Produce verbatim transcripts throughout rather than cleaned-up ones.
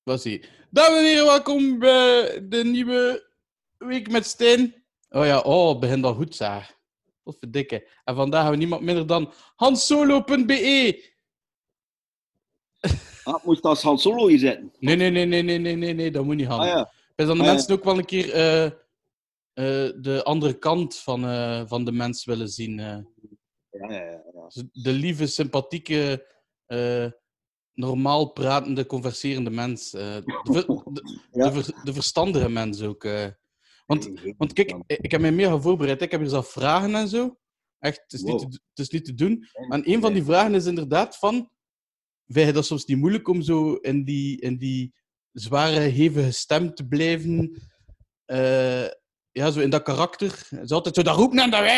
Was ie. Dames en heren, welkom bij de nieuwe Week met Stijn. Oh ja, oh, het begint al goed, zeg. Wat verdikke. En vandaag hebben we niemand minder dan hansolo punt be. Ah, ik moest als Han Solo hier zitten. Nee, nee, nee, nee, nee, nee, nee, nee, dat moet niet, Han. Ah ja. Bij dan de Ah, ja. mensen ook wel een keer uh, uh, de andere kant van, uh, van de mens willen zien. Uh. Ja, ja, ja, ja. De lieve, sympathieke, uh, normaal pratende, converserende mens. Uh, de, ver, de, ja. de, ver, de verstandige mens ook. Uh. Want, want kijk, ik heb mij meer gaan voorbereid. Ik heb hier zelf vragen en zo. Echt, het is, wow. niet, te, het is niet te doen. En een van die vragen is inderdaad van... Vind je dat soms niet moeilijk om zo in die, in die zware, hevige stem te blijven? Uh, ja, zo in dat karakter. Het is altijd zo dat roepen en dat...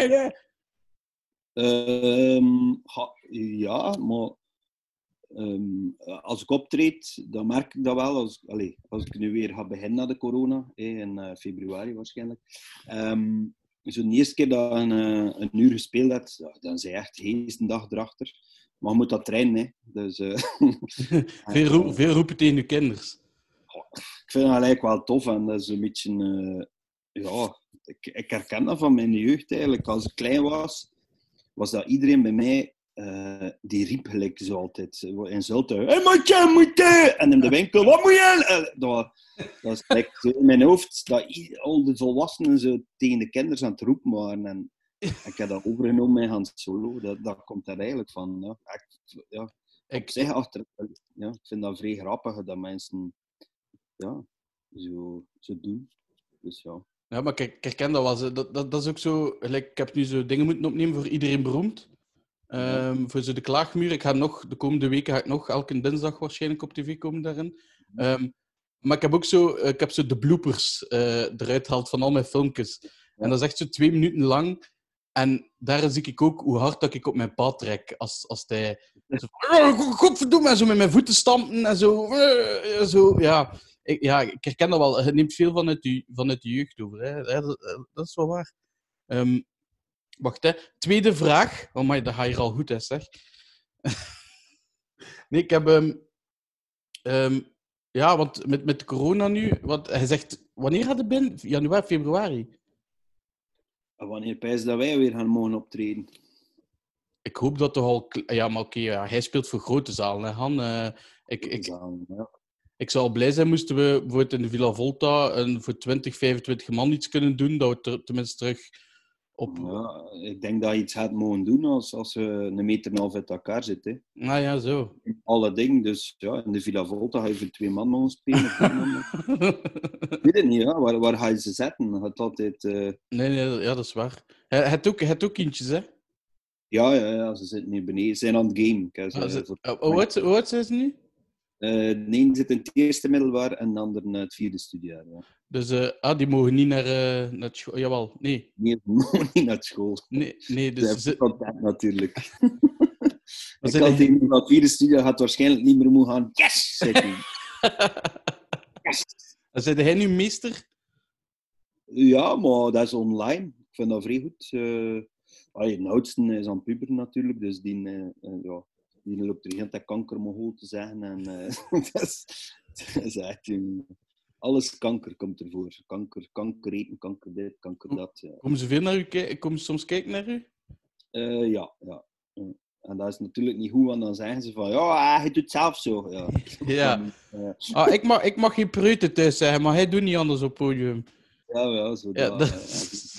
Um, ja, maar... Um, als ik optreed, dan merk ik dat wel. Als, allez, als ik nu weer ga beginnen na de corona, eh, in uh, februari waarschijnlijk. Um, zo de eerste keer dat je een, een uur gespeeld hebt, dan zijn je echt hees een dag erachter. Maar je moet dat trainen, hè. Dus, uh, veel, roep, veel roepen tegen je kinders. Ik vind dat eigenlijk wel tof. En dat is een beetje... Uh, ja, ik, ik herken dat van mijn jeugd eigenlijk. Als ik klein was, was dat iedereen bij mij... Uh, die riep gelijk zo altijd in Zulte. Hé, hey, maatje, moet je? En in de winkel, wat moet je? Uh, dat, dat is like, zo in mijn hoofd dat al de volwassenen zo tegen de kinderen aan het roepen waren. En ik heb dat overgenomen met Han Solo. Dat, dat komt daar eigenlijk van. Ja. Ik, ja, ik zeg achter, ja, ik vind dat vrij grappig dat mensen ja, zo, zo doen. Dus ja. Ja, maar kijk, ik herken dat wel. Dat, dat, dat is ook zo... Like, ik heb nu zo dingen moeten opnemen voor Iedereen Beroemd. Um, ja. Voor zo de klaagmuur. Ik ga nog, de komende weken ga ik nog elke dinsdag waarschijnlijk op tv komen daarin. Um, maar ik heb ook zo, ik heb zo de bloopers uh, eruit gehaald van al mijn filmpjes. Ja. En dat is echt zo twee minuten lang. En daar zie ik ook hoe hard dat ik op mijn paard trek. Als, als hij zo van, godverdomme, en zo met mijn voeten stampen en zo. Uh, zo ja. Ik, ja, ik herken dat wel. Het neemt veel vanuit je, vanuit je jeugd over. Hè. Ja, dat, dat is wel waar. Um, Wacht, hè. Tweede vraag. Oh my, dat ga je al goed, hè, zeg. Nee, ik heb... Um, um, ja, want met, met corona nu... Want hij zegt... Wanneer gaat het binnen? Januari, februari? En wanneer pijs dat wij weer gaan mogen optreden? Ik hoop dat toch al... Ja, maar oké, okay, ja, hij speelt voor grote zalen, hè, Han. Uh, ik, ik, zalen, ja. ik zou al blij zijn moesten we bijvoorbeeld in de Villa Volta een voor twintig, vijfentwintig man iets kunnen doen. Dat we ter, tenminste terug... Op... Ja, ik denk dat je iets gaat mogen doen als, als we een meter en een half uit elkaar zitten. Nou ja, zo. Alle dingen. Dus ja, in de Villa Volta ga je voor twee man mogen spelen. Ik weet het niet, ja. waar, waar ga je ze zetten? Dat gaat altijd... Uh... Nee, nee, ja, dat is waar. Hij heeft ook, ook kindjes, hè? Ja, ja, ja, ze zitten hier beneden. Ze zijn aan het game. Kijk, ze, ah, ze... oh, hoe oud zijn ze nu? Uh, de een zit in het eerste middelbaar en de ander in het vierde studiejaar. Ja. Dus uh, ah, die mogen niet naar, uh, naar school? Jawel, nee. Nee, die mogen niet naar school. Nee, nee dus... Ze hebben content natuurlijk. Ik had hij... tegen het vierde studiejaar gaat waarschijnlijk niet meer moeten gaan. Yes! Zei hij. Yes! En zei hij nu meester? Ja, maar dat is online. Ik vind dat vrij goed. Uh, allee, de oudste is aan het puberen natuurlijk, dus die... Uh, uh, ja. Die loopt er geen kanker mogol te zeggen. En, uh, dat, is, dat is echt... Um, alles kanker komt ervoor. Kanker, kanker eten, kanker dit, kanker dat. Ja. Komen ze veel naar u kijken? Komen ze soms kijken naar u? Uh, ja, ja. Uh, en dat is natuurlijk niet goed, want dan zeggen ze van... Ja, hij doet het zelf zo. Ja. ja. En, uh, ah, ik, mag, ik mag geen preuten thuis zeggen, maar hij doet niet anders op het podium. Ja, ja, zo. Ja, dat, dat...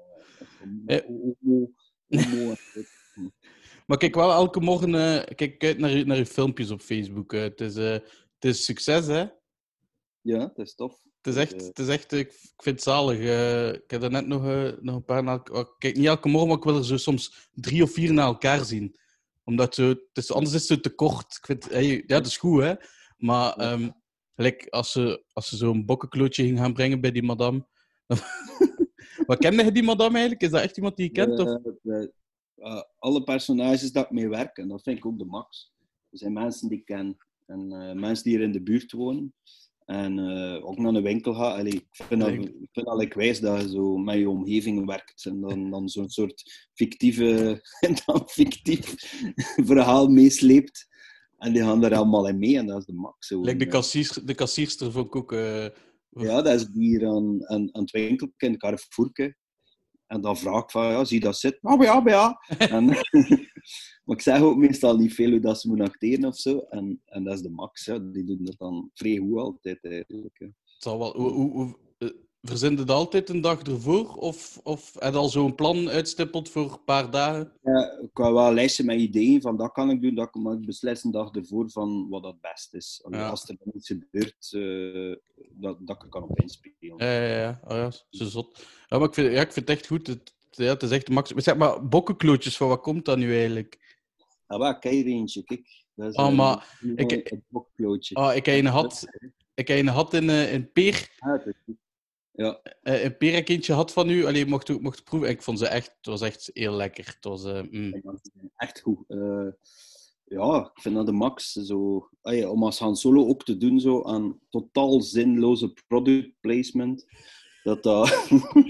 Uh, uh, Maar kijk wel elke morgen uh, kijk uit naar, je, naar je filmpjes op Facebook. Uh. Het, is, uh, het is succes, hè? Ja, het is tof. Het is echt, het is echt ik vind het zalig. Uh, ik heb er net nog, uh, nog een paar... Na elkaar... Kijk, niet elke morgen, maar ik wil er zo soms drie of vier naar elkaar zien. Omdat zo... Het is, anders is het zo te kort. Ik vind, hey, ja, dat is goed, hè? Maar um, like, als, ze, als ze zo'n bokkenklootje ging gaan brengen bij die madame... Wat kende je die madame eigenlijk? Is dat echt iemand die je kent? Of? Uh, uh, uh, alle personages dat ik mee werk, en dat vind ik ook de max. Er zijn mensen die ik ken. En uh, mensen die hier in de buurt wonen. En uh, ook naar een winkel gaan. Allee, ik vind dat, ik vind dat like, wijs dat je zo met je omgeving werkt. En dan, dan zo'n soort fictieve, dan fictief verhaal meesleept. En die gaan er allemaal in mee en dat is de max. Zo. Like de, kassiers, de kassierster vond ik ook... Uh, ja, dat is hier aan, aan, aan het winkeltje in Carrefourke. En dan vraag ik van, ja, zie je dat zitten? Ah, ja, ja. En, maar ik zeg ook meestal niet veel hoe dat ze moeten acteren of zo. En, en dat is de max, ja. Die doen dat dan vrij goed altijd eigenlijk. Hè. Het zal wel... Hoe, hoe, hoe, uh, verzin je dat altijd een dag ervoor? Of, of heb je al zo'n plan uitstippeld voor een paar dagen? Ja, ik had wel een lijstje met ideeën van dat kan ik doen, dat kan ik beslissen een dag ervoor van wat dat best is. Ja. Als er dan iets gebeurt, uh, dat, dat ik kan op inspelen. Ja, ja, ja. Oh, ja, zo zot. Ja, maar ik vind, ja, ik vind het echt goed. Het, ja, het is echt max. Maar zeg maar, bokkenklootjes, van wat komt dat nu eigenlijk? Ah, wel, kijk er eentje, kijk. Dat is oh, een, maar... een, ik, een bokklootje. Oh, ik heb een had, ik heb een had in, uh, in Peer. Ah, dat is goed. Ja. Uh, een peer eentje had van u, alleen mocht, mocht proeven. Ik vond ze echt, het was echt heel lekker. Het was, uh, mm. Echt goed. Uh, ja, ik vind dat de max. Zo, ay, om als Han Solo ook te doen zo, aan totaal zinloze product placement. Dat dat...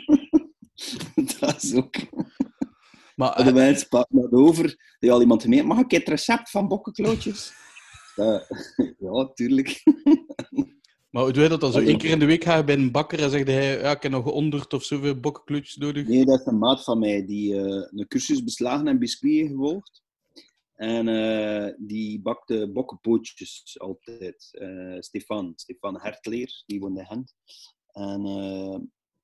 dat is ook... Maar, uh, de mensen pakken dat over. Die had iemand gemeen. Mag ik het recept van bokkenklootjes? uh, ja, tuurlijk. Maar hoe doe je dat dan? Zo één keer in de week ga je bij een bakker en zegt hij, ja, ik heb nog honderd of zoveel bokkenklootjes nodig? Nee, dat is een maat van mij die uh, een cursus beslagen en biscuit gevolgd. En uh, die bakte bokkenpootjes altijd. Uh, Stefan, Stefan Hertleer, die woonde in Gent. En, uh,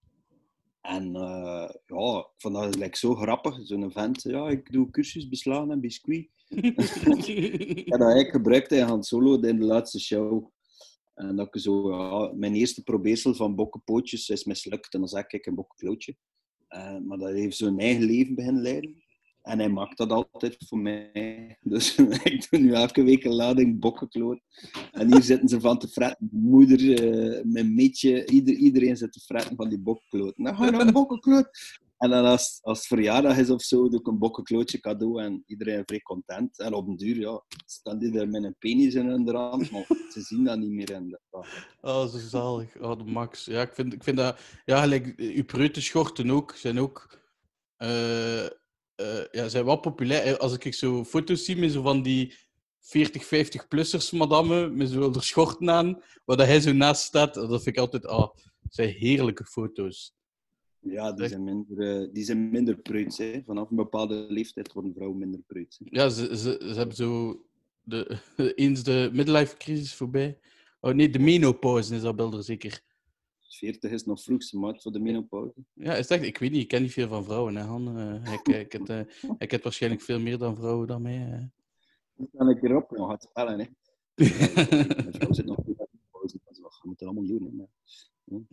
en uh, ja, ik vond dat like, zo grappig, zo'n vent. Ja, ik doe cursus beslagen en biscuit. En dat ik gebruikte in Han Solo in de laatste show. En dat ik zo, ja, mijn eerste probeersel van bokkenpootjes is mislukt. En dan zeg ik een bokkenklootje. Uh, maar dat heeft zo'n eigen leven beginnen leiden. En hij maakt dat altijd voor mij. Dus ik doe nu elke week een lading bokkenkloot. En hier zitten ze van te fretten. Mijn moeder, uh, mijn meetje, ieder, iedereen zit te fretten van die bokkenkloot. Nou, ga je nog een bokkenkloot? En dan als, als het verjaardag is of zo, doe ik een bokkenklootje cadeau en iedereen vrij content. En op een duur, ja, staan die er met een penis in hun hand, maar ze zien dat niet meer in. Dat. Oh, zo zalig. Oh, de max. Ja, ik vind, ik vind dat... Ja, gelijk, uw preutenschorten ook, zijn ook... Uh, uh, ja, zijn wel populair. Als ik zo foto's zie met zo van die veertig, vijftig-plussers madame, met zo de schorten aan, waar dat hij zo naast staat, dat vind ik altijd... Oh, dat zijn heerlijke foto's. Ja, die zijn minder, uh, die zijn minder preuts. Hè. Vanaf een bepaalde leeftijd worden vrouwen minder preuts. Hè. Ja, ze, ze, ze hebben zo... De, eens de midlife-crisis voorbij. Oh nee, de menopauze is dat beelder zeker. veertig is nog vroegste maat voor de menopauze. Ja, is dat, ik weet niet, ik ken niet veel van vrouwen. Hè, Han. Uh, ik, ik, het, uh, ik heb waarschijnlijk veel meer dan vrouwen dan mij. Uh. Dan kan ik erop nog het spellen. Hè. Mijn vrouw zit nog goed in de pauze. We moeten allemaal doen. Hè. Ja.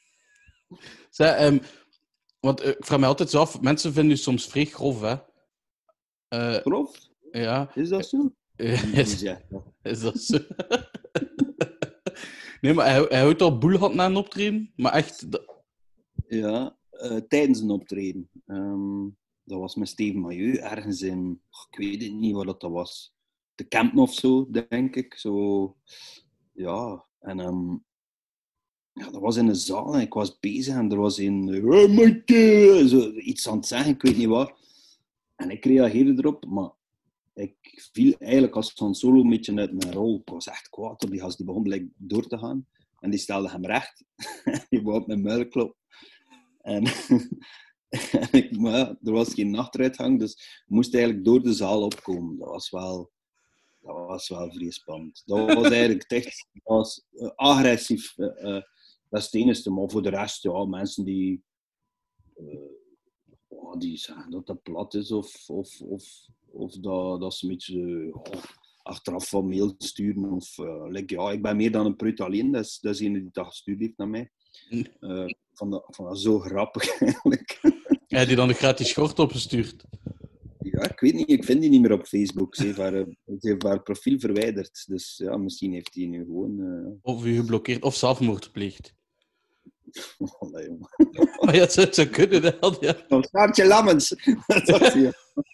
Zij, um, want uh, ik vraag me altijd zo af, mensen vinden u soms vrij grof, hè? Uh, grof? Ja. Is dat zo? Uh, is, is dat zo? Nee, maar hij, hij houdt al boel na een optreden, maar echt... Dat... Ja, uh, tijdens een optreden. Um, dat was met Steven Mailleu, ergens in... Oh, ik weet het niet wat dat was. De Kempen of zo, denk ik. Zo, ja, en... Um, Ja, dat was in een zaal en ik was bezig en er was een... Oh, Mike! Zo, iets aan het zeggen, ik weet niet wat. En ik reageerde erop, maar ik viel eigenlijk als Han Solo een beetje uit mijn rol. Ik was echt kwaad op die gast, die begon gelijk door te gaan. En die stelde hem recht. Die wou op mijn muil kloppen. En, en ik, maar ja, er was geen nachtuitgang, dus ik moest eigenlijk door de zaal opkomen. Dat was wel... Dat was wel vrij spannend. Dat was eigenlijk echt dat was, uh, agressief. Uh, uh, dat is het enige. Maar voor de rest, ja, mensen die, uh, oh, die zeggen dat dat plat is of, of, of, of dat, dat ze een beetje uh, oh, achteraf van mail sturen. Of, uh, like, ja, ik ben meer dan een preut alleen. Dat is, dat is een die dat gestuurd heeft naar mij. Uh, ik vond dat, vond dat zo grappig eigenlijk. Hij die dan de gratis schort opgestuurd. Ja, ik weet niet. Ik vind die niet meer op Facebook. Ze heeft haar, ze heeft haar profiel verwijderd. Dus ja, misschien heeft hij nu gewoon... Uh... Of u geblokkeerd, of zelfmoord gepleegd. Allee, jongen. Maar ja, het zou, het zou kunnen, hè. Ja. Oh, Saartje Lammens! Dat is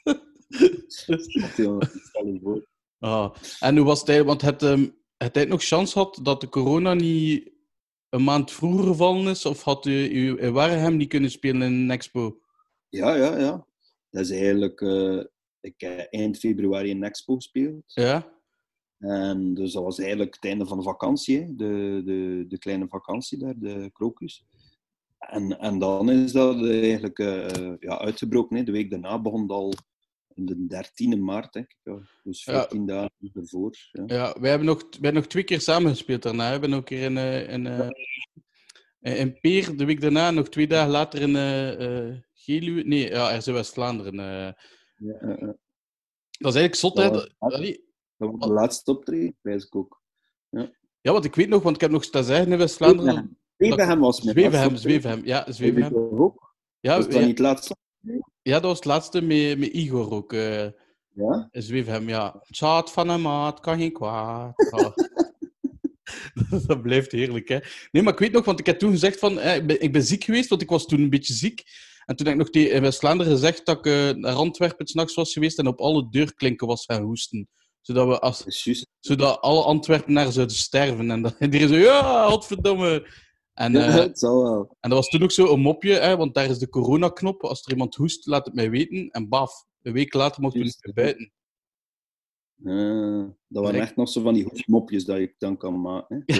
Stel je voor. Ah. En hoe was het eigenlijk? Want het, um, het had nog kans had dat de corona niet een maand vroeger gevallen is? Of had u, u in Wareham niet kunnen spelen in een expo? Ja, ja, ja. Dat is eigenlijk... Uh, ik heb eind februari in Expo gespeeld. Ja. En dus dat was eigenlijk het einde van de vakantie, hè. De, de, de kleine vakantie daar, de krokus. En, en dan is dat eigenlijk uh, ja, uitgebroken. Hè. De week daarna begon het al de dertiende maart, denk ik. Ja. Dus veertien ja. dagen ervoor. Ja. Ja, wij hebben nog, wij hebben nog twee keer samengespeeld daarna. We hebben ook een keer in, uh, in, uh, in Peer, de week daarna, nog twee dagen later in uh, uh, Geluwe. Nee, ja, er is in West-Vlaanderen. Uh. Ja, uh, uh. Dat is eigenlijk zot, hè? Dat was de laatste optreden, wijs ik ook. Ja. Ja, want ik weet nog, want ik heb nog staan zeggen in West-Vlaanderen. Zwevenhem was mijn Zwevenhem, Zwevenhem, ja, Zwevenhem. Ja, was dat ja. niet het laatste? Ja, dat was het laatste met, met Igor ook. Uh, ja? Zwevenhem, ja. Tjaat van een maat, kan geen kwaad. Oh. Dat blijft heerlijk, hè. Nee, maar ik weet nog, want ik heb toen gezegd van... Eh, ik, ben, ik ben ziek geweest, want ik was toen een beetje ziek. En toen heb ik nog tegen, in West-Vlaanderen gezegd dat ik uh, naar Antwerpen 's nachts was geweest en op alle deurklinken was gaan hoesten. Zodat, we als, zodat alle Antwerpenaren zouden sterven. En dan iedereen zo, ja, godverdomme. En, uh, ja, het zal wel. En dat was toen ook zo een mopje, hè, want daar is de coronaknop. Als er iemand hoest, laat het mij weten. En baf, een week later mocht we niet meer buiten. Uh, dat waren echt nog zo van die hoestmopjes dat ik dan kan maken. Hè.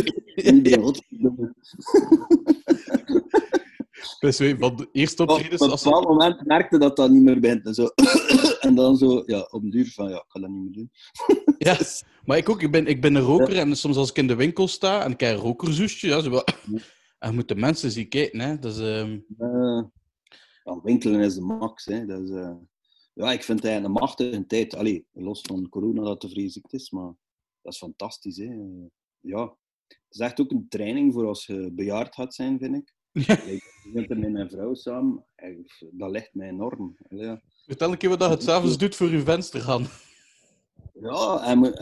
Dus we, van de eerste optredens... Op een bepaald moment merkte dat dat niet meer bent. En, zo. En dan zo, ja, op een duur van, ja, ik kan dat niet meer doen. Ja, maar ik ook. Ik ben, ik ben een roker ja. En soms als ik in de winkel sta en ik heb een rokerzoesje, ja, zo, en moeten mensen zien kijken, hè. Dat is... Um... Uh, ja, winkelen is de max, hè. Dat is... Uh... Ja, ik vind het eigenlijk een machtige tijd. Allee, los van corona dat het vreselijk is, maar dat is fantastisch, hè. Uh, ja, het is echt ook een training voor als je bejaard gaat zijn, vind ik. Ja. Ik ben er met mijn vrouw samen. Dat ligt mij enorm. Ja. Vertel een keer wat je het s'avonds doet voor je venster gaan. Ja, en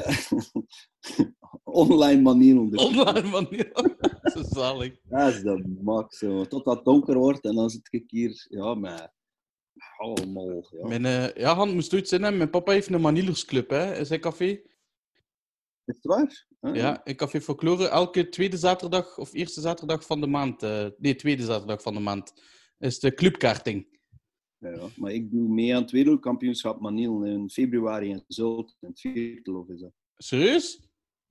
online manieren. Dus. Online manieren. Dat is zalig. Ja, dat is de max. Zo. Tot het donker wordt en dan zit ik hier ja, met allemaal. Ja, mijn, uh, ja Han, moest ooit zin hebben. Mijn papa heeft een Manielersclub, hè, in zijn café. Is het waar? Ah, ja, in Café Folklore. Elke tweede zaterdag of eerste zaterdag van de maand. Uh, nee, tweede zaterdag van de maand. Is de clubkaarting. Ja, ja, maar ik doe mee aan het wereldkampioenschap Maniel in februari in Zult. In het Viertelhof is dat. Serieus?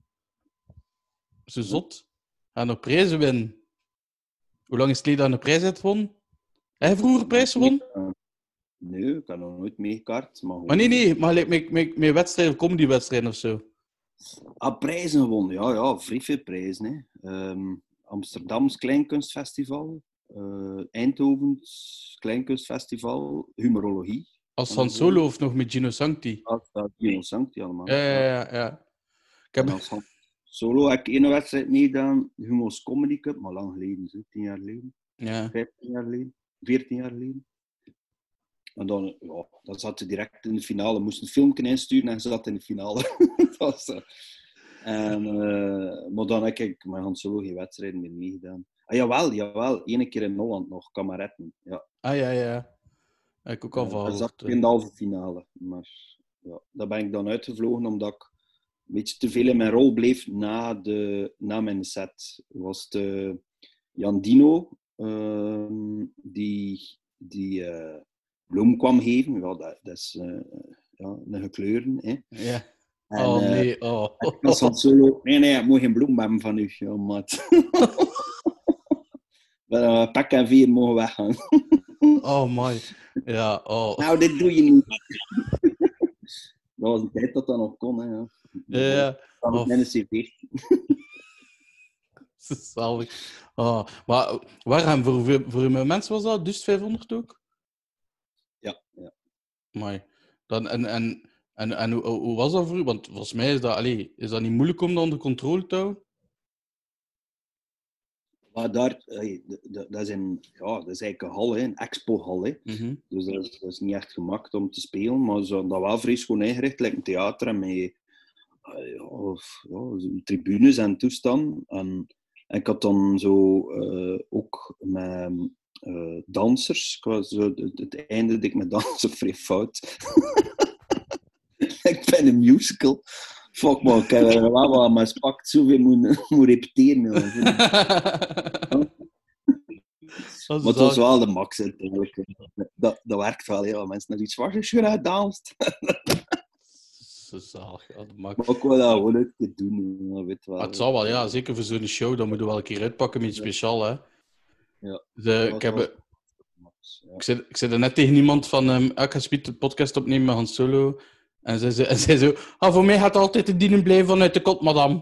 Zo zot. Gaan nog prijzen winnen. Hoe lang is het geleden dat een prijs hebt gewonnen? Heb je vroeger prijs gewonnen? Nee, ik heb nog nooit meegekaart. Maar, maar nee, nee. Maar met, met, met, met wedstrijden, comedywedstrijden of zo. Ah, prijzen gewonnen. Ja, ja, vrij veel prijzen. Hè. Um, Amsterdams Kleinkunstfestival. Uh, Eindhovens Kleinkunstfestival. Humorologie. Als Han Solo of nog met Gino Sancti? Als uh, Gino Sancti allemaal. Ja, ja, ja. ja. Ik heb... als Han Solo heb ik één wedstrijd meegedaan. Humo's Comedy Cup, maar lang geleden. Zo. Tien jaar geleden. Ja. Vijftien jaar geleden. Veertien jaar geleden. En dan, ja, dan zat ze direct in de finale. Moest een filmpje insturen en ze zat in de finale. Dat was zo. En, uh, maar dan heb ik met Han Solo geen wedstrijden meer meegedaan. Ah, jawel, jawel. Eén keer in Holland nog, Kameretten. Ja. Ah, ja, ja. Heb ik ook al van uh, dat zat in de halve finale. Maar ja, daar ben ik dan uitgevlogen, omdat ik een beetje te veel in mijn rol bleef na, de, na mijn set. Was het uh, Jan Dino, uh, die... die uh, bloem kwam geven. Ja, dat, dat is uh, ja, een gekleuren. Hè. Ja. En, oh nee. Oh. Uh, ik was van Solo. Nee, nee, ik moet geen bloem hebben van u. Ja, maat. uh, pak en veer mogen weggaan. Oh, mooi. Ja, oh. Nou, dit doe je niet. Dat was een tijd dat dat nog kon. Hè, ja. Ja. Dat was mijn cv. Zalig. Oh. Maar waar voor, voor, voor hoeveel mensen was dat? Dus vijfhonderd ook? Ja, ja. Mooi. Dan, en en, en, en hoe, hoe was dat voor u? Want volgens mij is dat, allee, is dat niet moeilijk om dat onder controle te houden? Maar daar, dat is, een, ja, dat is eigenlijk een hal, hè, een expo-hal. Hè. Mm-hmm. Dus dat is, dat is niet echt gemakkelijk om te spelen, maar zo, dat wel vrij schoon ingericht, lijkt een theater en met ja, ja, tribunes en toestanden. En, en ik had dan zo uh, ook met uh, dansers. Ik was zo, het, het einde dat ik met dansen vrij fout. Ik ben een musical. Fuck man, ik heb er wel wat aan mijn spak zoveel moeten moet repeteren. Maar het was wel de max uiteindelijk. Dat, dat werkt wel, ja. Mensen naar iets wat is je gedanst. is, dat is zalig. Ja, dat maakt... Maar ik wil dat gewoon een keer doen. Ja, weet wel. Maar het zal wel, ja. Zeker voor zo'n show. Dan moeten we wel een keer uitpakken met iets speciaal, hè. Ja. De, Ja, ik, heb, zoals- ja. ik, zei, ik zei er net tegen iemand van... Um, ik ga Speed de podcast opnemen met Han Solo. En zij, zei- en zij zo... Ah, voor mij gaat het altijd de dienen blijven vanuit de kot, madame.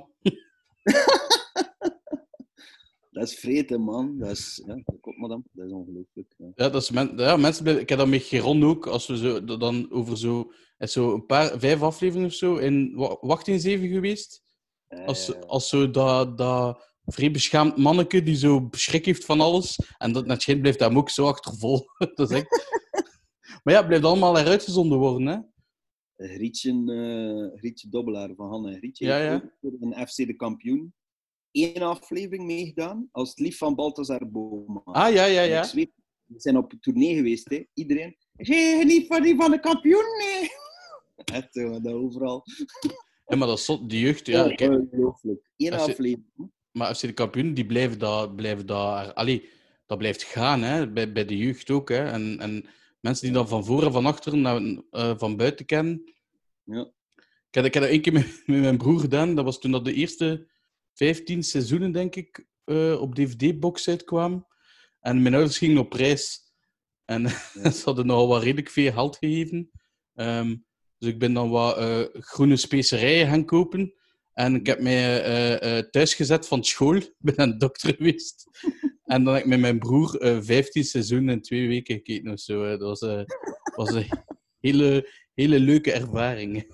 Dat is vreten, man. Dat is, ja, dat komt, madame. Dat is ongelooflijk. Ja. Ja, dat is men, ja, mensen... blijven- Ik heb dat met Geron ook. Als we zo, dan over zo... Er is zo een paar... Vijf afleveringen of zo in Wa- Wacht in Zeven geweest. Als, Eh, als zo dat... dat vrij beschaamd manneke die zo schrik heeft van alles. En dat net schijnt blijft hem ook zo achtervol. Dat is echt... Maar ja, het blijft allemaal eruitgezonden worden, hè. Grietje, uh, Grietje Dobbelaar van Hanne en Grietje Ja, heeft ja. ook voor een F C de kampioen één aflevering meegedaan als het lief van Balthazar Boma. Ah, ja, ja, En ja. ik zweer, we zijn op tournee geweest, hè. Iedereen. Hey, niet van die van de kampioen, nee. Echt, jongen, dat overal. Ja, maar dat is zot, die jeugd, ja. Kijk, Ongelooflijk. Eén Als je- aflevering. maar als je de kampioen, die blijven daar... Blijven daar allee, dat blijft gaan, hè. Bij, bij de jeugd ook, hè. En, en mensen die dan van voor en van achter naar, uh, van buiten kennen... Ja. Ik heb, ik heb dat één keer met, met mijn broer gedaan. Dat was toen dat de eerste vijftien seizoenen, denk ik, uh, op D V D-box uitkwamen. En mijn ouders gingen op reis. En Ja. ze hadden nogal wat redelijk veel geld gegeven. Um, dus ik ben dan wat uh, groene specerijen gaan kopen. En ik heb mij uh, uh, thuis gezet van school. Ik ben aan de dokter geweest. En dan heb ik met mijn broer uh, vijftien seizoenen in twee weken gekeken of zo. Uh. Dat was, uh, was een hele, hele leuke ervaring.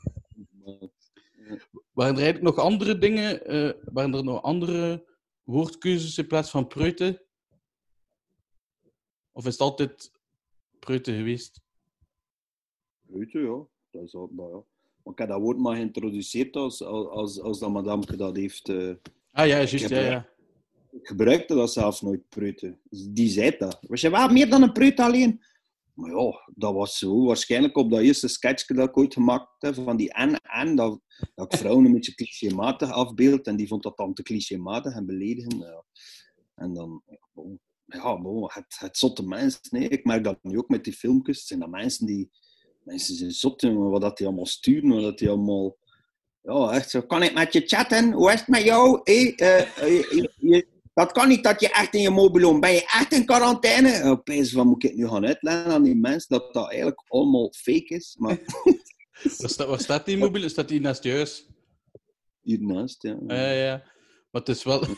Waren er eigenlijk nog andere dingen? Uh, waren er nog andere woordkeuzes in plaats van preuten? Of is het altijd preuten geweest? Preuten, ja. Dat is al, nou ja. Maar ik heb dat woord maar geïntroduceerd als, als, als dat madameke dat heeft... Uh, ah ja, juist, ja, ja. Ik gebruikte dat zelfs nooit, preuten. Die zei dat. Was je wel meer dan een preut alleen? Maar ja, dat was zo. Waarschijnlijk op dat eerste sketchje dat ik ooit gemaakt heb, van die en en, dat, dat ik vrouwen een beetje clichématig afbeeld. En die vond dat dan te clichématig en beledigend. Ja. En dan, ja, bon. Ja, bon, het, het zotte mensen. Nee. Ik merk dat nu ook met die filmpjes. Het zijn dat mensen die... Mensen zijn zot, jongen, wat dat die allemaal sturen, wat dat die allemaal... Ja, echt zo. Kan ik met je chatten? Hoe is het met jou? Hey, uh, uh, je, je, dat kan niet dat je echt in je mobiloom... Ben je echt in quarantaine? Opeens van, moet ik het nu gaan uitleggen aan die mensen dat dat eigenlijk allemaal fake is? Maar... waar, staat, waar staat die mobiel? Staat die naast je huis? Hiernaast, ja. Ja, uh, ja. Maar het is wel...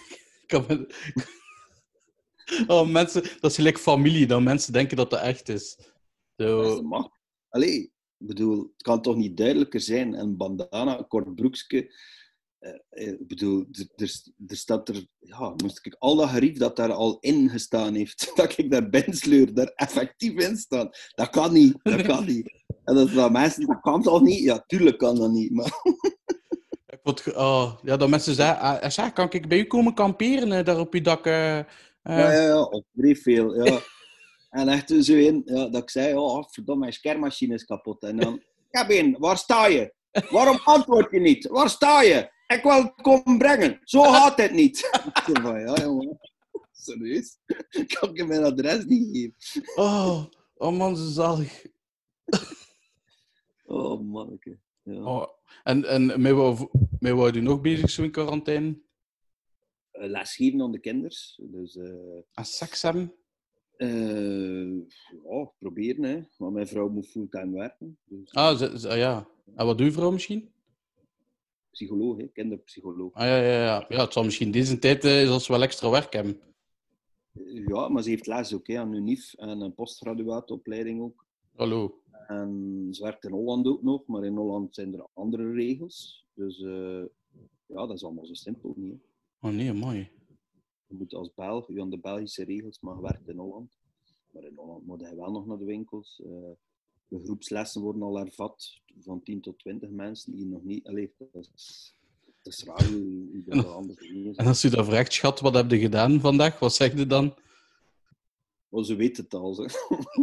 oh, mensen... Dat is gelijk familie, dat mensen denken dat dat echt is. Zo... Dat mag. Allee, ik bedoel, het kan toch niet duidelijker zijn. Een bandana, een kort broekje. Uh, ik bedoel, er, er, er staat er... Ja, moest ik al dat gerief dat daar al in gestaan heeft, dat ik daar binsleur, daar effectief in staan. Dat kan niet, dat kan niet. En dat, dat mensen, dat kan toch niet? Ja, tuurlijk kan dat niet, maar... ik word, oh, ja, dat mensen zeggen, ah, kan ik bij u komen kamperen, uh, daar op uw dak? Uh, uh... Ja, ja, ja, of vrij veel, ja. En echt zo in, ja, dat ik zei, oh, verdomme, mijn schermmachine is kapot. En dan, Kevin, waar sta je? Waarom antwoord je niet? Waar sta je? Ik wil het komen brengen. Zo gaat het niet. Ik zei van, ja, jongen. Serieus? Kan ik je mijn adres niet geven? Oh, oh man, zo zalig. Oh, manneke. Ja. Oh, en en met wat, met wat u nog bezig zo in quarantaine? Uh, lesgeven aan de kinders. Dus, uh, en seks hebben? Uh, ja, proberen, hè. Maar mijn vrouw moet fulltime werken. Dus, ah, z- z- ja. En wat doet uw vrouw misschien? Psycholoog, hè. Kinderpsycholoog. Ah, ja, ja, ja. Ja, het zal misschien deze tijd uh, zal ze wel extra werk hebben. Uh, ja, maar ze heeft les ook, hè, aan U N I F en een postgraduaatopleiding ook. Hallo. En ze werkt in Holland ook nog, maar in Holland zijn er andere regels. Dus uh, ja, dat is allemaal zo simpel niet. Hè. Oh nee, mooi. Je moet als Belg, je aan de Belgische regels, maar je werkt in Holland. Maar in Holland moet hij wel nog naar de winkels. Uh, de groepslessen worden al hervat van tien tot twintig mensen die nog niet... Allee, dat is, dat is raar hoe, hoe dat anders is. En als u dat vraagt, schat, wat heb je gedaan vandaag? Wat zeg je dan? Oh, ze weet het al, zeg.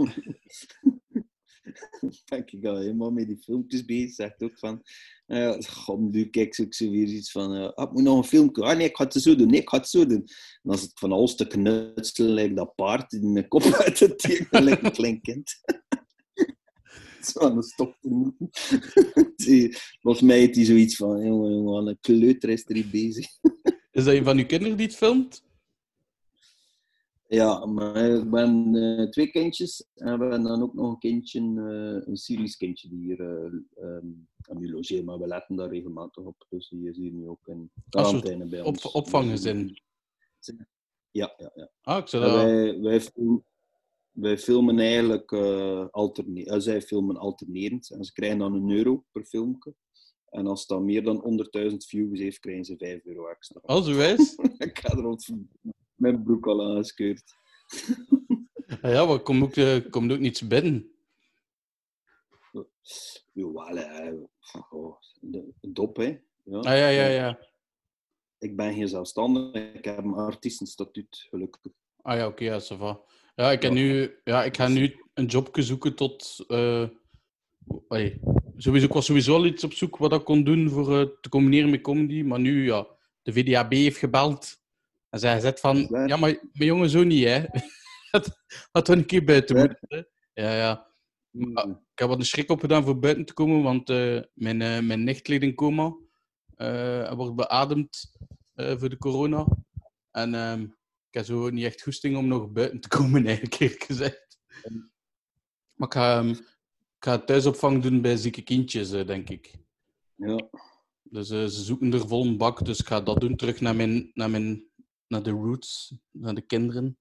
Ben ik al helemaal met die filmpjes bezig. Zegt ook van... Uh, God, nu kijk ik zo weer iets van... Uh, ah, ik moet nog een filmpje... Ah nee, ik ga het zo doen. Nee, ik ga het zo doen. En als het van alles te knutselen, lijkt dat paard in mijn kop uit het teken, lijkt een klein kind. Zo aan de stok te moeten. Die- Volgens mij heeft hij zoiets van, jongen, jongen, aan een kleuter is er hier bezig. Is dat een van uw kinderen die het filmt? Ja, maar ik ben eh, twee kindjes en we hebben dan ook nog een kindje, eh, een Syrisch kindje die hier uh, um, aan nu logeert, maar we letten daar regelmatig op. Dus die is hier nu ook in Als soort quarantaine bij op, ons. opvanggezin. Ja, ja, ja. Ah, ik zou En dat... wij, wij, film- wij filmen eigenlijk uh, alterne- uh, zij filmen alternerend en ze krijgen dan een euro per filmpje. En als het dan meer dan honderdduizend views heeft, krijgen ze vijf euro extra. Oh, zo wijs. Ik ga er op mijn broek al aangescheurd. Ah ja, maar komt ook, uh, komt ook niets binnen. Jawel, hè. Oh, de- dop, hè. Ja. Ah ja, ja, ja. Ik ben geen zelfstandig, ik heb een artiestenstatuut, gelukkig. Ah ja, oké, okay, ja, ça va. Ja, ik, heb Ja. nu, ja, ik ga nu een jobje zoeken tot... Uh, allee, sowieso, ik was sowieso al iets op zoek wat ik kon doen voor uh, te combineren met comedy, maar nu, ja, de V D A B heeft gebeld en zij zegt van, ja, maar mijn jongen zo niet, hè. Had toch een keer buiten moeten, hè. Ja, ja. Maar, ik heb wat een schrik opgedaan voor buiten te komen, want uh, mijn, uh, mijn nicht ligt in coma. Uh, hij wordt beademd uh, voor de corona. En uh, ik heb zo niet echt goesting om nog buiten te komen, eigenlijk, eerlijk gezegd. Maar ik ga, um, ik ga thuisopvang doen bij zieke kindjes, uh, denk ik. Ja. Dus uh, ze zoeken er vol een bak, dus ik ga dat doen, terug naar, mijn, naar, mijn, naar de roots, naar de kinderen.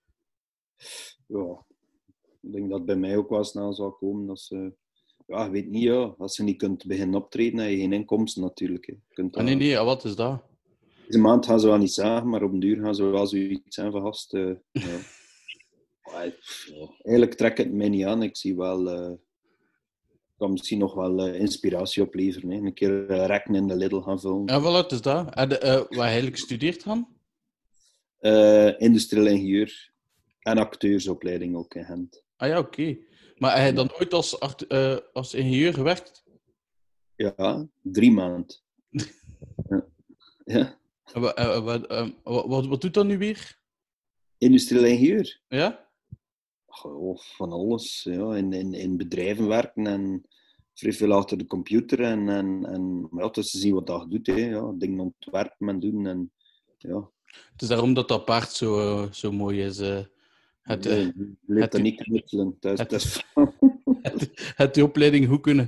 Ja. Ik denk dat het bij mij ook wel snel zal komen. Dat ze, ja, ik weet niet, ja. Als je niet kunt beginnen optreden, heb je geen inkomsten natuurlijk. Hè. Je kunt dat... ah, nee, nee, ja, wat is dat? Deze maand gaan ze wel niet zagen, maar op een duur gaan ze wel zoiets zijn van gast. Uh, ja. Ja, eigenlijk trek ik het mij niet aan. Ik zie wel... Uh, ik kan misschien nog wel uh, inspiratie opleveren. Hè. Een keer uh, rekken in de Lidl gaan vullen. Ja, wat is dat? Heb je uh, wat eigenlijk gestudeerd dan? Uh, industrieel ingenieur. En acteursopleiding ook in Gent. Ah ja, oké. Okay. Maar heb je dan ooit als, art- uh, als ingenieur gewerkt? Ja, drie maanden. ja. ja. Wat, uh, wat, uh, wat, wat doet dat nu weer? Industrieel ingenieur? Ja? Oh, van alles. Ja. In, in, in bedrijven werken en vrij veel achter de computer. En, en, en ja, dus te zien wat dat doet. Hè. Ja. Dingen ontwerpen en doen. En, ja. Het is daarom dat dat paard zo, uh, zo mooi is. Uh, het, uh, ja, leert dat niet knutselen. Het, het, het, het, het die opleiding goed kunnen.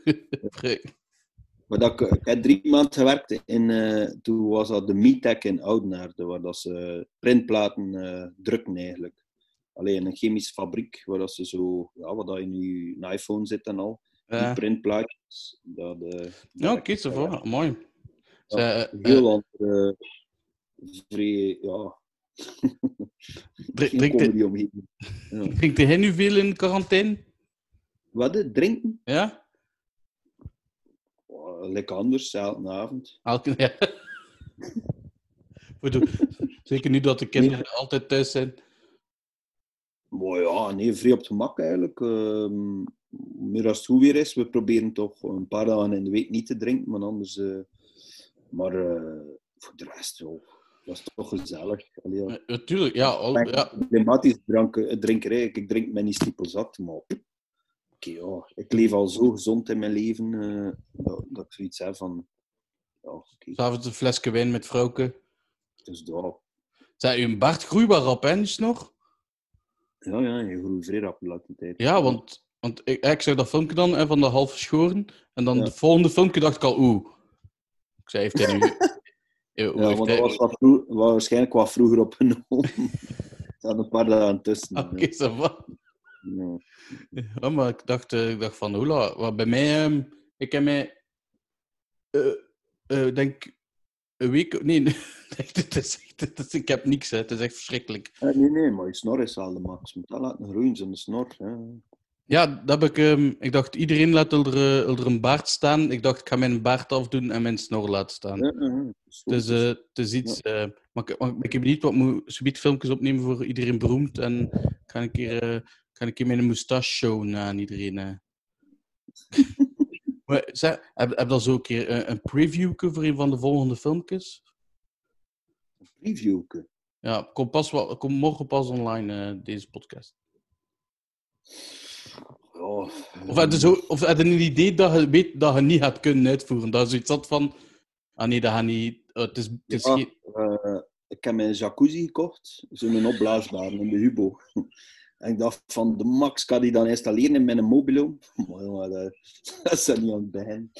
Maar dat, ik, ik heb drie maanden gewerkt in, uh, toen was dat de MeTech in Oudenaarde, waar dat ze printplaten uh, drukken eigenlijk. Alleen een chemische fabriek, waar dat ze zo, ja, wat dat in je iPhone zit en al, ja. Die printplaatjes. Dat, uh, ja, oké, zo voor, mooi. Ja, Zij, heel uh, andere, vrij, ja... Drink, drinkt ja. Drinkt hij nu veel in quarantaine? Wat, drinken? Ja? Lekker anders, elke avond. Elke, ja. Zeker nu dat de kinderen nee. altijd thuis zijn. Maar ja, nee, vrij op het gemak eigenlijk. Uh, meer als het goed weer is, we proberen toch een paar dagen in de week niet te drinken, maar anders... Uh, maar uh, voor de rest, joh, dat is toch gezellig. Allee, ja. Natuurlijk, ja. Al, ja. Klimatisch drinkerij, ik drink mij niet stiepelzat, maar... Oké, okay, ja, ik leef al zo gezond in mijn leven uh, dat, dat ik zoiets heb van... Ja, okay. S'avonds een flesje wijn met vrouwke. Dus dat... Zei uw baard groeibaar op, hè, nog? Ja, ja, je groeit vrij rap de laatste tijd. Ja, want, want ik, ik zag dat filmpje dan hè, van de half geschoren. En dan ja. de volgende filmpje dacht ik al, oeh. Ik zei, heeft hij nu... ja, want dat hij... was, wat vroeg, was waarschijnlijk wat vroeger opgenomen. Er staan een paar dagen tussen. Oké, okay, ça va. Ja. Ja, maar ik dacht, uh, ik dacht van, hola, wat bij mij, um, ik heb mij, uh, uh, denk, een week, nee, het is echt, het is, ik heb niks, hè. Het is echt verschrikkelijk. Ja, nee, nee, maar je snor is wel de max, je moet dat laten groeien, zo'n snor. Hè. Ja, dat heb ik, um, ik dacht, iedereen laat er, uh, er een baard staan. Ik dacht, ik ga mijn baard afdoen en mijn snor laten staan. Ja, ja, dus uh, het is iets, ja. uh, maar, maar ik heb niet wat moet subiet filmpjes opnemen voor iedereen beroemd en ik ga een keer... Uh, Kan ik hier met een moustache showen aan iedereen? Uh. maar, zeg, heb, heb je dan zo een keer een, een preview voor een van de volgende filmpjes? Een preview? Ja, kom, pas wel, kom morgen pas online, uh, deze podcast. Ja, Of heb je, zo, of heb je een idee dat je weet dat je niet gaat kunnen uitvoeren? Dat je zoiets had van... Ah nee, dat gaat niet... Uh, het is, het is ja, geen... uh, ik heb mijn jacuzzi gekocht. Zo'n opblaasbare in de Hubo. En ik dacht van, de max kan die dan installeren in mijn mobilo. Maar jongen, dat, dat is er niet aan het begin.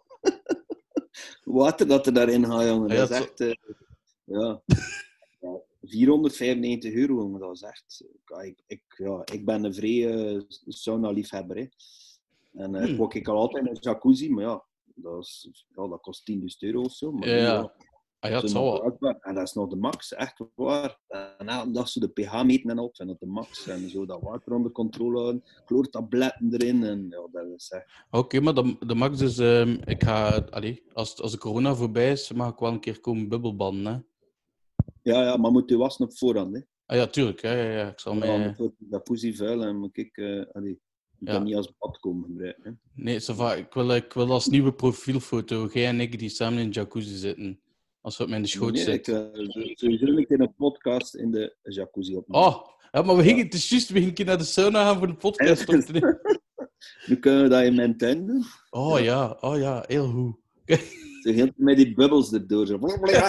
Water dat er daarin gaat, jongen. Dat is echt... Uh, ja... vierhonderdvijfennegentig euro, jongen. Dat is echt... Ik, ik, ja, ik ben een vrij uh, sauna-liefhebber. Hè. En uh, hmm. ik wou ik al altijd een jacuzzi, maar ja, dat, is, ja, dat kost tienduizend euro of zo. Maar ja, nu, ja. ja, Ah, ja, het zal wel. En dat is nog de max, echt waar. En elke dag zo de pH meten en op, en dat de max. En zo dat water onder controle houden, chloortabletten erin. En ja, dat is echt... Oké, okay, maar de, de max is... Um, ik ga... Allee, als, als de corona voorbij is, mag ik wel een keer komen bubbelbannen, hè. Ja, ja, maar moet je wassen op voorhand, hè. Ah ja, tuurlijk. Ja, ja, ja. Ik zal ja, mij... Dat poesie vuil en moet ik... Uh, allee, je kan ja. niet als bad komen gebruiken, hè. Nee, Sava, ik wil, ik wil als nieuwe profielfoto jij en ik die samen in de jacuzzi zitten. Als we op mijn schoot nee, zitten. Ik uh, sowieso een keer een podcast in de jacuzzi opnemen. Oh, ja, maar we gingen, ja. Het is juist, we gingen een keer naar de sauna gaan voor de podcast op te nemen. Nu kunnen we dat in mijn tuin doen. Oh ja, ja. Oh ja, heel goed. Zo heel met die bubbels erdoor. Zo.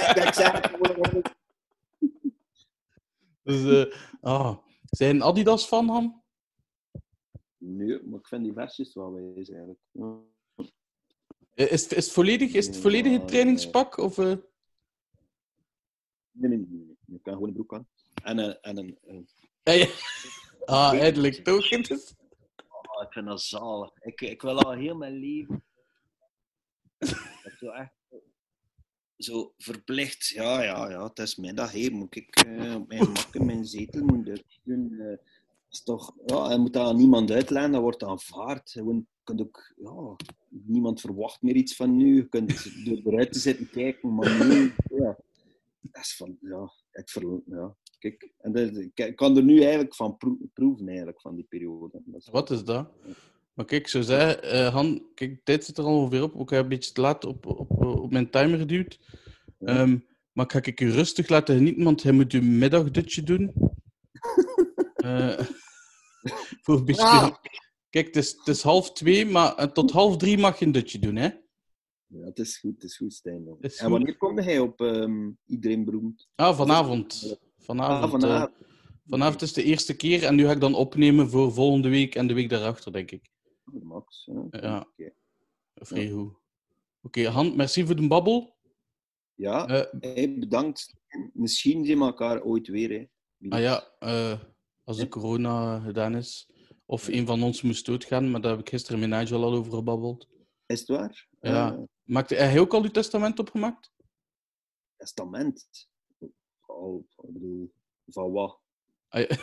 Dus, uh, oh. Zijn Adidas fan, Han? Nee, maar ik vind die versjes wel wijs eigenlijk. Ja. Is, het, is het volledig, is het volledig het trainingspak? Of, uh... Nee, nee, nee, nee. Je kan gewoon een broek aan. En, uh, en een... Uh... Hey. Ah, eindelijk toch? Oh, ik vind dat zalig. Ik, ik wil al heel mijn leven... Ik zo echt... Zo verplicht. Ja, ja, ja. Het is middag. Hey, moet ik uh, op mijn mak in mijn zetel moeten doen... Uh, is toch, ja, je moet dat aan niemand uitleggen, dat wordt aanvaard. Je kunt ook, ja, niemand verwacht meer iets van nu. Je kunt door eruit te zitten kijken, maar nu, ja, dat is van, ja, ik ver, ja, kijk, en dat, ik kan er nu eigenlijk van proeven, eigenlijk, van die periode. Dat is, wat is dat? Maar kijk, zo zei uh, Han, kijk, de tijd zit er al ongeveer op. Ik heb een beetje te laat op, op, op mijn timer geduwd. Ja. Um, maar ik ga ik je rustig laten genieten, want hij moet je middagdutje doen. uh, voor een beetje... Ah. Kijk, het is, het is half twee, maar uh, tot half drie mag je een dutje doen, hè? Ja, het is goed, het is goed, Stijn. Is en wanneer komt hij op um, Iedereen Beroemd? Ah, vanavond. Vanavond, ah, vanavond. Uh, vanavond is de eerste keer en nu ga ik dan opnemen voor volgende week en de week daarachter, denk ik. Max, ja. Ja, okay. Vrij ja. goed. Oké, okay, Han, merci voor de babbel. Ja, uh, hey, bedankt. Misschien zien we elkaar ooit weer, hè. Ah ja, uh, als de corona gedaan is. Of ja. Een van ons moest doodgaan, maar daar heb ik gisteren met Nigel al over gebabbeld. Is het waar? Ja. Uh, Maakte hij ook al uw testament opgemaakt? Testament? Oh, ik bedoel, van wat? Ah, ja.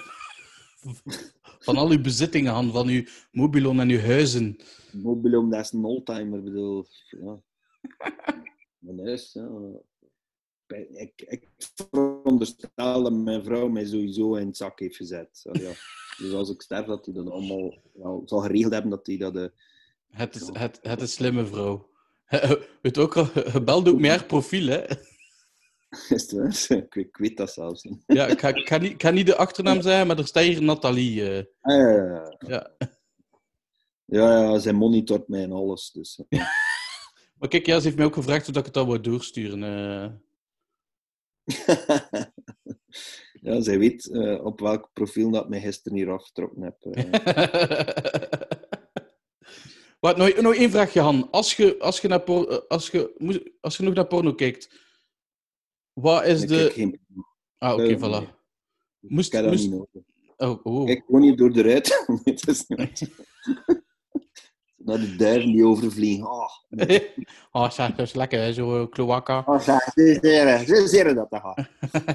Van al uw bezittingen, Han, van uw mobilon en uw huizen. Mobilon, dat is een oldtimer, ik bedoel, ja. Mijn huis, ja. Ik, ik veronderstel dat mijn vrouw mij sowieso in het zak heeft gezet. Ja. Dus als ik sterf, dat hij dat allemaal ja, zal geregeld hebben dat hij dat... Uh, het, is, ja. het, het is slimme vrouw. Weet ook al, je belt ook met haar profiel, hè? Is het waar? Ik, ik weet dat zelfs niet. Ja, ik ga, ik, ga niet, ik ga niet de achternaam zeggen, maar er staat hier Nathalie. Uh. Ah, ja, ja, ja. Ja, ja, zij monitort mij en alles. Dus. Maar kijk, ja, ze heeft mij ook gevraagd of ik het dan wou doorsturen. Uh... Ja, zij weet uh, op welk profiel dat ik mij gisteren hier afgetrokken heb. Uh. Wat, nog, nog één vraagje, Han. Als je, als je, naar por- als je, als je nog naar porno kijkt, wat is ik de... Geen... Ah, oké, okay, voilà. Moest, ik heb moest... dat niet nodig. Oh, oh. Kijk gewoon niet door de ruit. Het is niet... Naar de duiven die overvliegen. Oh, nee. Oh, zeg, dat is lekker, hè, zo kloaka. Oh, zeg, ze zeggen dat dat gaat.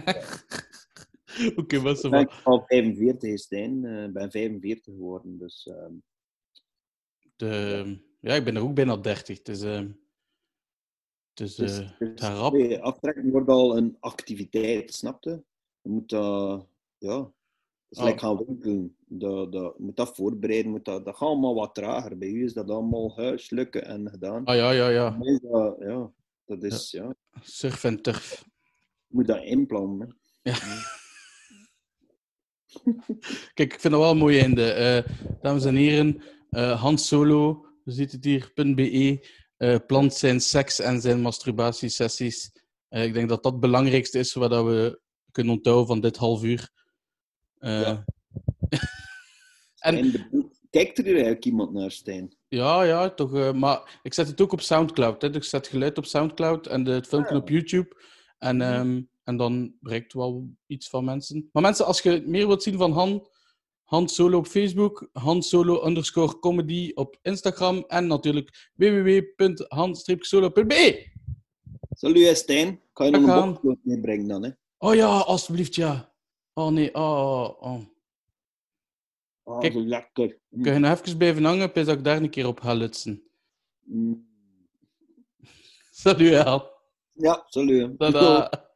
Oké, okay, wat is er? Ik ben al vijfenveertig, Stijn. Ik uh, ben vijfenveertig geworden, dus... Uh... De... Ja, ik ben er ook bijna dertig, dus... Uh... Dus, uh, dus, dus rap... nee, aftrekken wordt al een activiteit, snap je? Je moet dat... Uh, ja... Het is oh. Like gaan winkelen. Dat, dat, je moet dat voorbereiden. Moet dat, dat gaat allemaal wat trager. Bij u is dat allemaal huislukken en gedaan. Ah ja, ja, ja. Dat, ja, dat is, ja. ja. Surf en turf. Je moet dat inplannen. Hè. Ja. Kijk, ik vind dat wel een mooi einde. Uh, dames en heren, Uh, Han Solo, je ziet het hier, .be, uh, plant zijn seks en zijn masturbatiesessies. Uh, ik denk dat dat het belangrijkste is wat we kunnen onthouden van dit half uur. Uh, ja. en, de... Kijkt er hier eigenlijk iemand naar, Stijn? Ja, ja, toch. Uh, maar ik zet het ook op Soundcloud. Hè. Dus ik zet geluid op Soundcloud en de, het filmpje ah, ja. op YouTube. En, um, en dan bereikt wel iets van mensen. Maar mensen, als je meer wilt zien van Han, Han Solo op Facebook, Han Solo underscore comedy op Instagram en natuurlijk w w w punt han solo punt b e. Salut, Stijn. Kan je nog een boxvloot meebrengen dan, hè? Oh ja, alsjeblieft, ja. Oh nee, oh, oh. Oh, Kijk, zo lekker. Mm. Kun je nog even blijven hangen, bis dat ik daar een keer op ga lutsen. Mm. Salut, Al. Ja, salut. Tada.